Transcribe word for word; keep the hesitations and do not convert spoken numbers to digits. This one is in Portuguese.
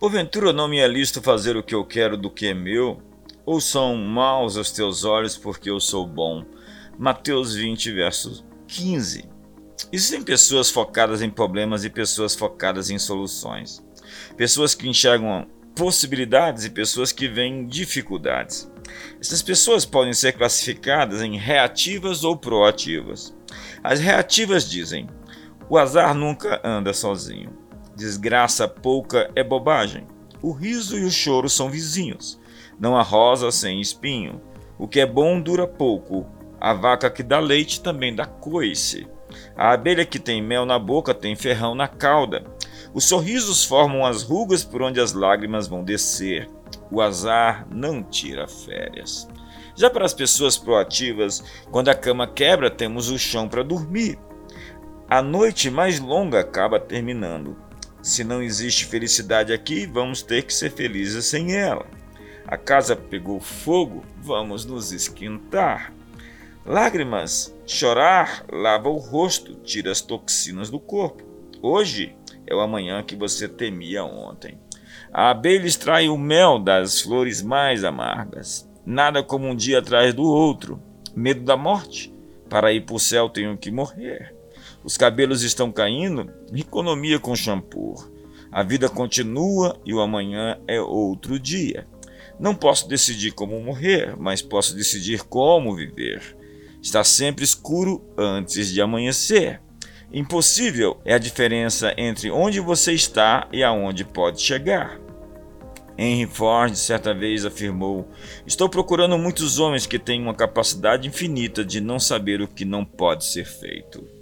Porventura não me é lícito fazer o que eu quero do que é meu? Ou são maus os teus olhos porque eu sou bom? Mateus vinte, verso quinze. Existem pessoas focadas em problemas e pessoas focadas em soluções. Pessoas que enxergam possibilidades e pessoas que veem dificuldades. Essas pessoas podem ser classificadas em reativas ou proativas. As reativas dizem: o azar nunca anda sozinho. Desgraça pouca é bobagem. O riso e o choro são vizinhos. Não há rosa sem espinho. O que é bom dura pouco. A vaca que dá leite também dá coice. A abelha que tem mel na boca tem ferrão na cauda. Os sorrisos formam as rugas por onde as lágrimas vão descer. O azar não tira férias. Já para as pessoas proativas, quando a cama quebra, temos o chão para dormir. A noite mais longa acaba terminando. Se não existe felicidade aqui, vamos ter que ser felizes sem ela. A casa pegou fogo, vamos nos esquentar. Lágrimas, chorar, lava o rosto, tira as toxinas do corpo. Hoje é o amanhã que você temia ontem. A abelha extrai o mel das flores mais amargas. Nada como um dia atrás do outro. Medo da morte? Para ir para o céu tenho que morrer. Os cabelos estão caindo? Economia com shampoo. A vida continua e o amanhã é outro dia. Não posso decidir como morrer, mas posso decidir como viver. Está sempre escuro antes de amanhecer. Impossível é a diferença entre onde você está e aonde pode chegar. Henry Ford certa vez afirmou: estou procurando muitos homens que têm uma capacidade infinita de não saber o que não pode ser feito.